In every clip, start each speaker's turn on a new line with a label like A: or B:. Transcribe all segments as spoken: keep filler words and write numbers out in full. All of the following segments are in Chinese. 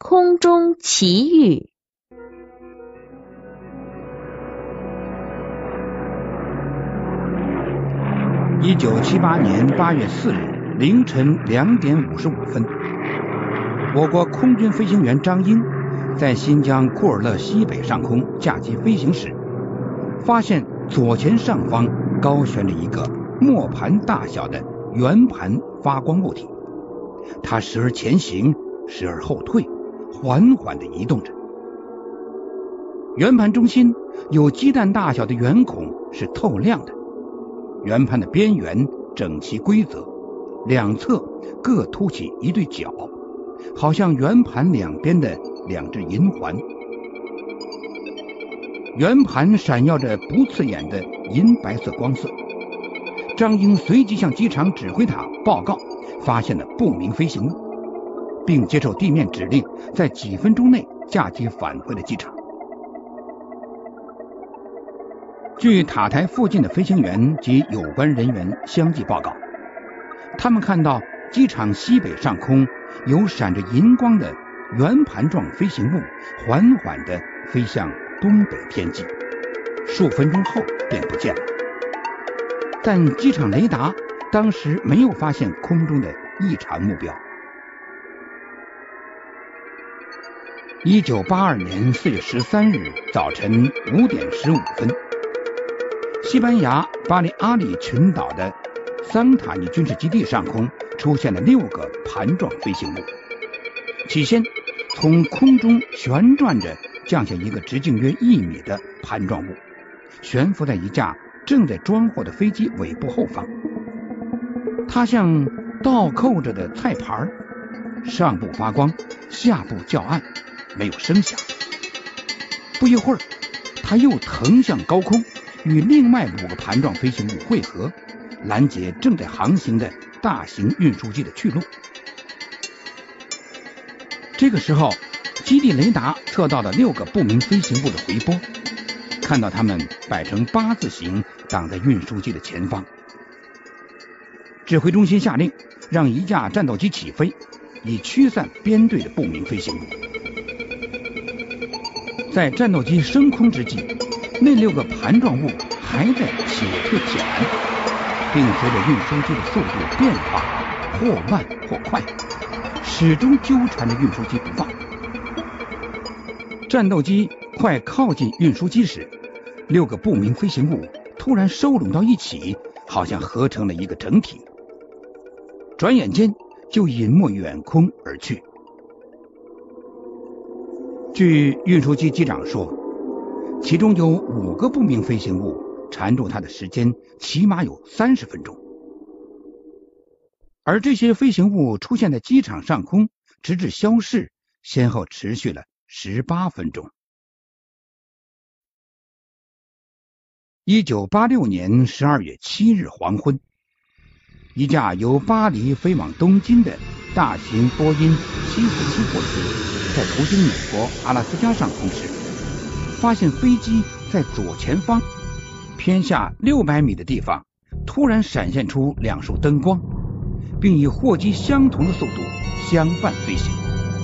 A: 空中奇遇。
B: 一九七八年八月四日凌晨两点五十五分，我国空军飞行员张英在新疆库尔勒西北上空驾机飞行时，发现左前上方高悬着一个磨盘大小的圆盘发光物体，它时而前行，时而后退，缓缓地移动着。圆盘中心有鸡蛋大小的圆孔是透亮的，圆盘的边缘整齐规则，两侧各凸起一对角，好像圆盘两边的两只银环。圆盘闪耀着不刺眼的银白色光色。张英随即向机场指挥塔报告发现了不明飞行物，并接受地面指令，在几分钟内驾机返回了机场。据塔台附近的飞行员及有关人员相继报告，他们看到机场西北上空有闪着银光的圆盘状飞行物缓缓地飞向东北天际，数分钟后便不见了。但机场雷达当时没有发现空中的异常目标。一九八二年四月十三日早晨五点十五分，西班牙巴里阿里群岛的桑塔尼军事基地上空出现了六个盘状飞行物。起先，从空中旋转着降下一个直径约一米的盘状物，悬浮在一架正在装货的飞机尾部后方。它像倒扣着的菜盘，上部发光，下部较暗，没有声响。不一会儿，它又腾向高空，与另外五个盘状飞行物汇合，拦截正在航行的大型运输机的去路。这个时候，基地雷达测到了六个不明飞行物的回波，看到它们摆成八字形挡在运输机的前方。指挥中心下令让一架战斗机起飞，以驱散编队的不明飞行物。在战斗机升空之际，那六个盘状物还在且退且拦，并随着运输机的速度变化，或慢或快，始终纠缠着运输机不放。战斗机快靠近运输机时，六个不明飞行物突然收拢到一起，好像合成了一个整体，转眼间就隐没远空而去。据运输机机长说，其中有五个不明飞行物缠住他的时间起码有三十分钟，而这些飞行物出现在机场上空直至消逝，先后持续了十八分钟。一九八六年十二月七日黄昏，一架由巴黎飞往东京的大型波音七四七货机在途经美国阿拉斯加上空时，发现飞机在左前方偏下六百米的地方突然闪现出两束灯光，并以货机相同的速度相伴飞行。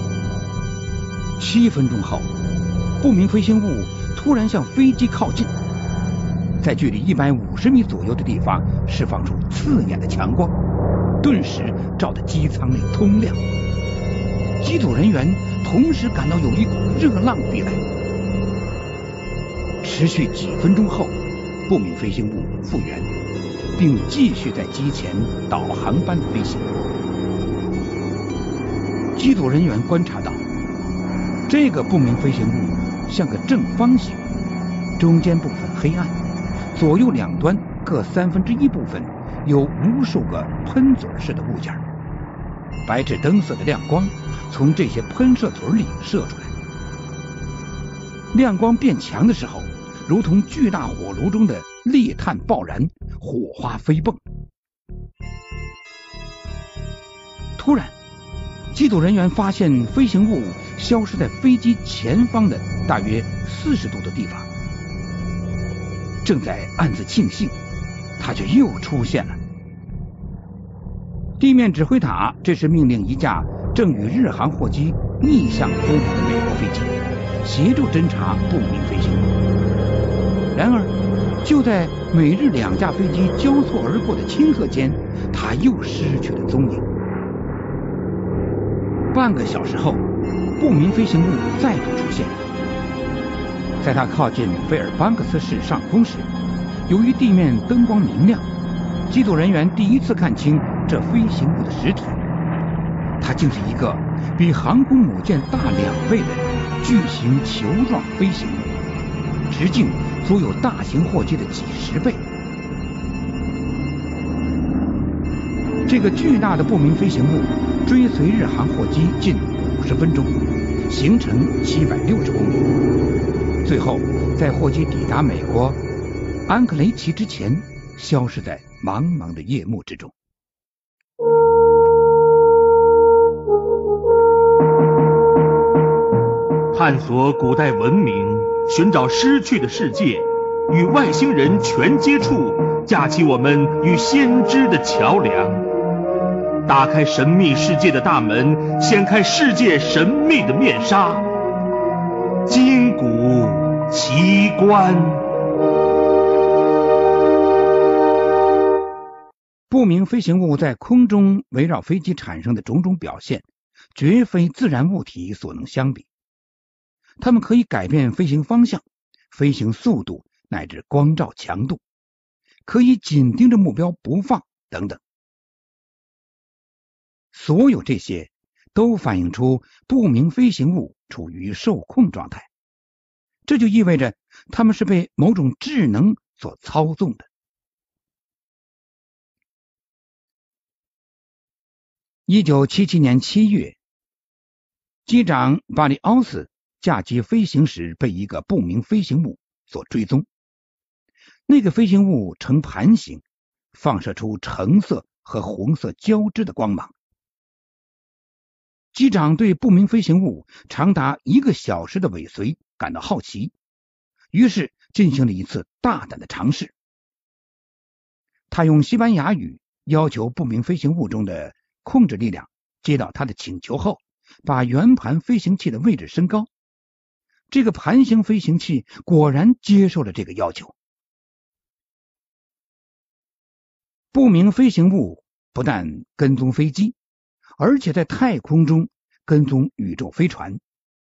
B: 七分钟后，不明飞行物突然向飞机靠近，在距离一百五十米左右的地方释放出刺眼的强光，顿时照得机舱内通亮。机组人员同时感到有一股热浪逼来。持续几分钟后，不明飞行物复原，并继续在机前导航般的飞行。机组人员观察到，这个不明飞行物像个正方形，中间部分黑暗，左右两端各三分之一部分有无数个喷嘴似的物件，白炽灯色的亮光从这些喷射嘴里射出来。亮光变强的时候，如同巨大火炉中的裂炭爆燃，火花飞迸。突然，机组人员发现飞行物消失在飞机前方的大约四十度的地方。正在暗自庆幸，它却又出现了。地面指挥塔这时命令一架正与日航货机逆向偷捕的美国飞机，协助侦察不明飞行物。然而，就在美日两架飞机交错而过的顷刻间，它又失去了踪影。半个小时后，不明飞行物再度出现。在它靠近费尔班克斯市上空时，由于地面灯光明亮，机组人员第一次看清这飞行物的实体。它竟是一个比航空母舰大两倍的巨型球状飞行物，直径足有大型货机的几十倍。这个巨大的不明飞行物追随日航货机近五十分钟，行程七百六十公里，最后在货机抵达美国安克雷奇之前，消失在茫茫的夜幕之中。
C: 探索古代文明，寻找失去的世界，与外星人全接触，架起我们与先知的桥梁。打开神秘世界的大门，掀开世界神秘的面纱，今古奇观。
B: 不明飞行物在空中围绕飞机产生的种种表现，绝非自然物体所能相比。它们可以改变飞行方向、飞行速度乃至光照强度，可以紧盯着目标不放等等。所有这些都反映出不明飞行物处于受控状态，这就意味着它们是被某种智能所操纵的。一九七七年七月，机长巴里奥斯驾机飞行时被一个不明飞行物所追踪。那个飞行物呈盘形，放射出橙色和红色交织的光芒。机长对不明飞行物长达一个小时的尾随感到好奇，于是进行了一次大胆的尝试。他用西班牙语要求不明飞行物中的控制力量接到他的请求后，把圆盘飞行器的位置升高。这个盘形飞行器果然接受了这个要求。不明飞行物不但跟踪飞机，而且在太空中跟踪宇宙飞船。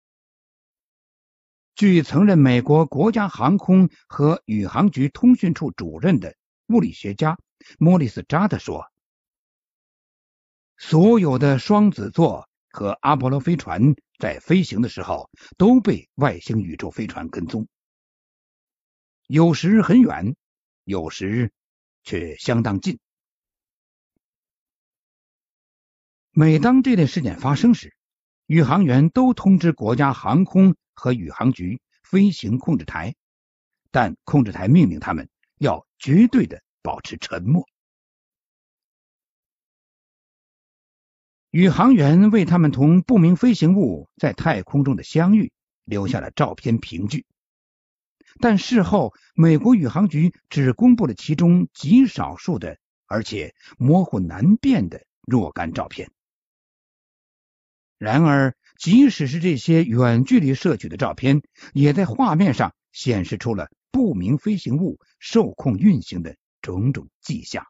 B: 据曾任美国国家航空和宇航局通讯处主任的物理学家莫里斯·扎特说，所有的双子座和阿波罗飞船在飞行的时候都被外星宇宙飞船跟踪，有时很远，有时却相当近。每当这类事件发生时，宇航员都通知国家航空和宇航局飞行控制台，但控制台命令他们要绝对的保持沉默。宇航员为他们同不明飞行物在太空中的相遇留下了照片凭据，但事后美国宇航局只公布了其中极少数的而且模糊难辨的若干照片。然而即使是这些远距离摄取的照片，也在画面上显示出了不明飞行物受控运行的种种迹象。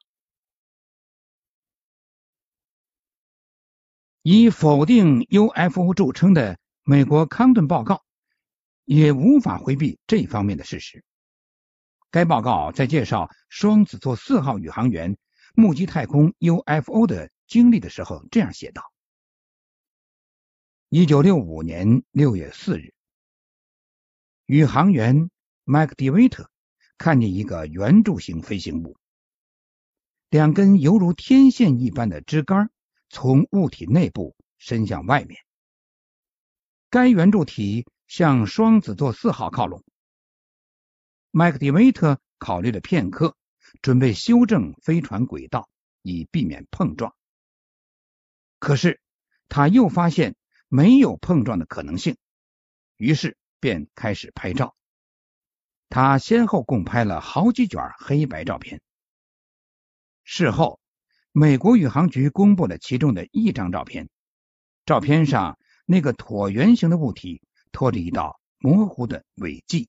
B: 以否定 U F O 著称的美国康顿报告也无法回避这方面的事实。该报告在介绍双子座四号宇航员目击太空 U F O 的经历的时候这样写道：一九六五年六月四日，宇航员麦克迪维特看见一个圆柱形飞行物，两根犹如天线一般的支杆从物体内部伸向外面，该圆柱体向双子座四号靠拢。麦克迪维特考虑了片刻，准备修正飞船轨道以避免碰撞。可是他又发现没有碰撞的可能性，于是便开始拍照。他先后共拍了好几卷黑白照片。事后美国宇航局公布了其中的一张照片，照片上那个椭圆形的物体拖着一道模糊的尾迹。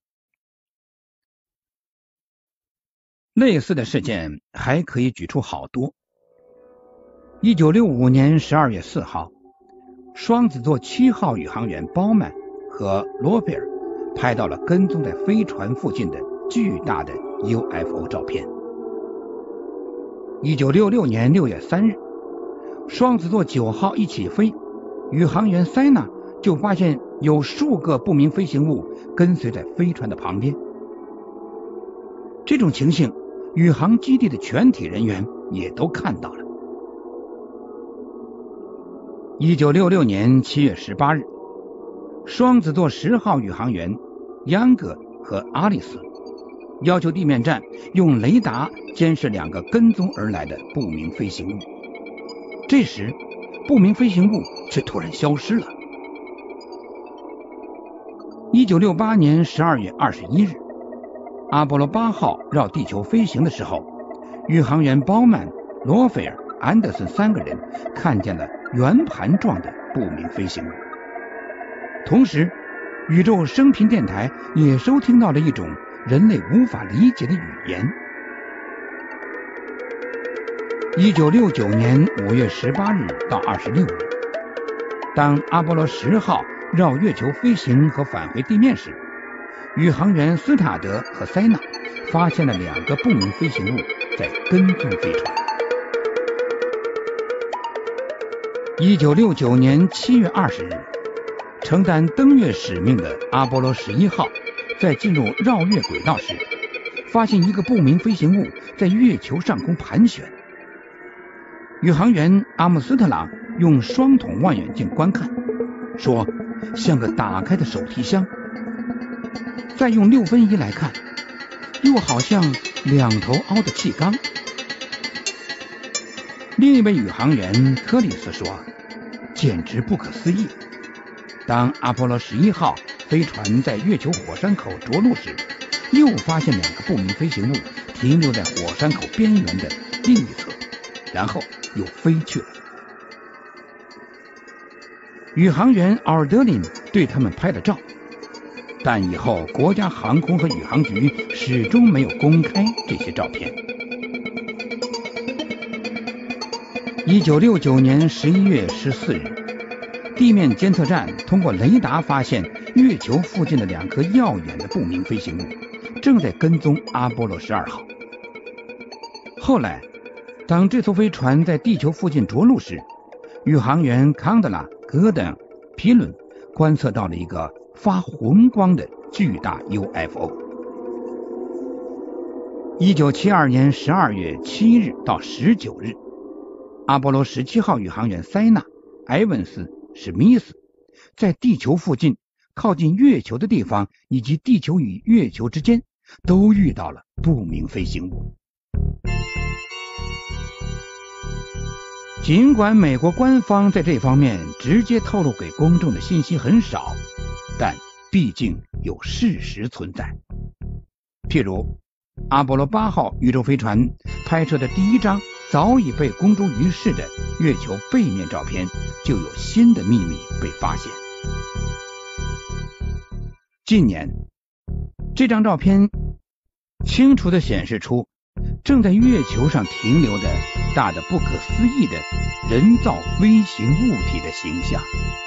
B: 类似的事件还可以举出好多。一九六五年十二月四号，双子座七号宇航员包曼和罗贝尔拍到了跟踪在飞船附近的巨大的 U F O 照片。一九六六年六月三日，双子座九号一起飞，宇航员塞纳就发现有数个不明飞行物跟随在飞船的旁边。这种情形，宇航基地的全体人员也都看到了。一九六六年七月十八日，双子座十号宇航员杨格和阿丽丝要求地面站用雷达监视两个跟踪而来的不明飞行物。这时，不明飞行物却突然消失了。一九六八年十二月二十一日，阿波罗八号绕地球飞行的时候，宇航员包曼、罗菲尔、安德森三个人看见了圆盘状的不明飞行物。同时，宇宙声频电台也收听到了一种人类无法理解的语言。一九六九年五月十八日到二十六日，当阿波罗十号绕月球飞行和返回地面时，宇航员斯塔德和塞纳发现了两个不明飞行物在跟踪飞船。一九六九年七月二十日，承担登月使命的阿波罗十一号在进入绕月轨道时，发现一个不明飞行物在月球上空盘旋。宇航员阿姆斯特朗用双筒望远镜观看，说像个打开的手提箱。再用六分仪来看，又好像两头凹的气缸。另一位宇航员特里斯说，简直不可思议。当阿波罗十一号飞船在月球火山口着陆时，又发现两个不明飞行物停留在火山口边缘的另一侧，然后又飞去了。宇航员奥尔德林对他们拍了照，但以后国家航空和宇航局始终没有公开这些照片。一九六九年十一月十四日，地面监测站通过雷达发现月球附近的两颗耀眼的不明飞行物正在跟踪阿波罗十二号。后来，当这艘飞船在地球附近着陆时，宇航员康德拉、戈登、皮伦观测到了一个发红光的巨大 U F O。一九七二年十二月七日到十九日，阿波罗十七号宇航员塞纳、埃文斯、史密斯在地球附近、靠近月球的地方以及地球与月球之间都遇到了不明飞行物。尽管美国官方在这方面直接透露给公众的信息很少，但毕竟有事实存在。譬如阿波罗八号宇宙飞船拍摄的第一张早已被公诸于世的月球背面照片，就有新的秘密被发现。近年，这张照片清楚地显示出正在月球上停留的大得不可思议的人造飞行物体的形象。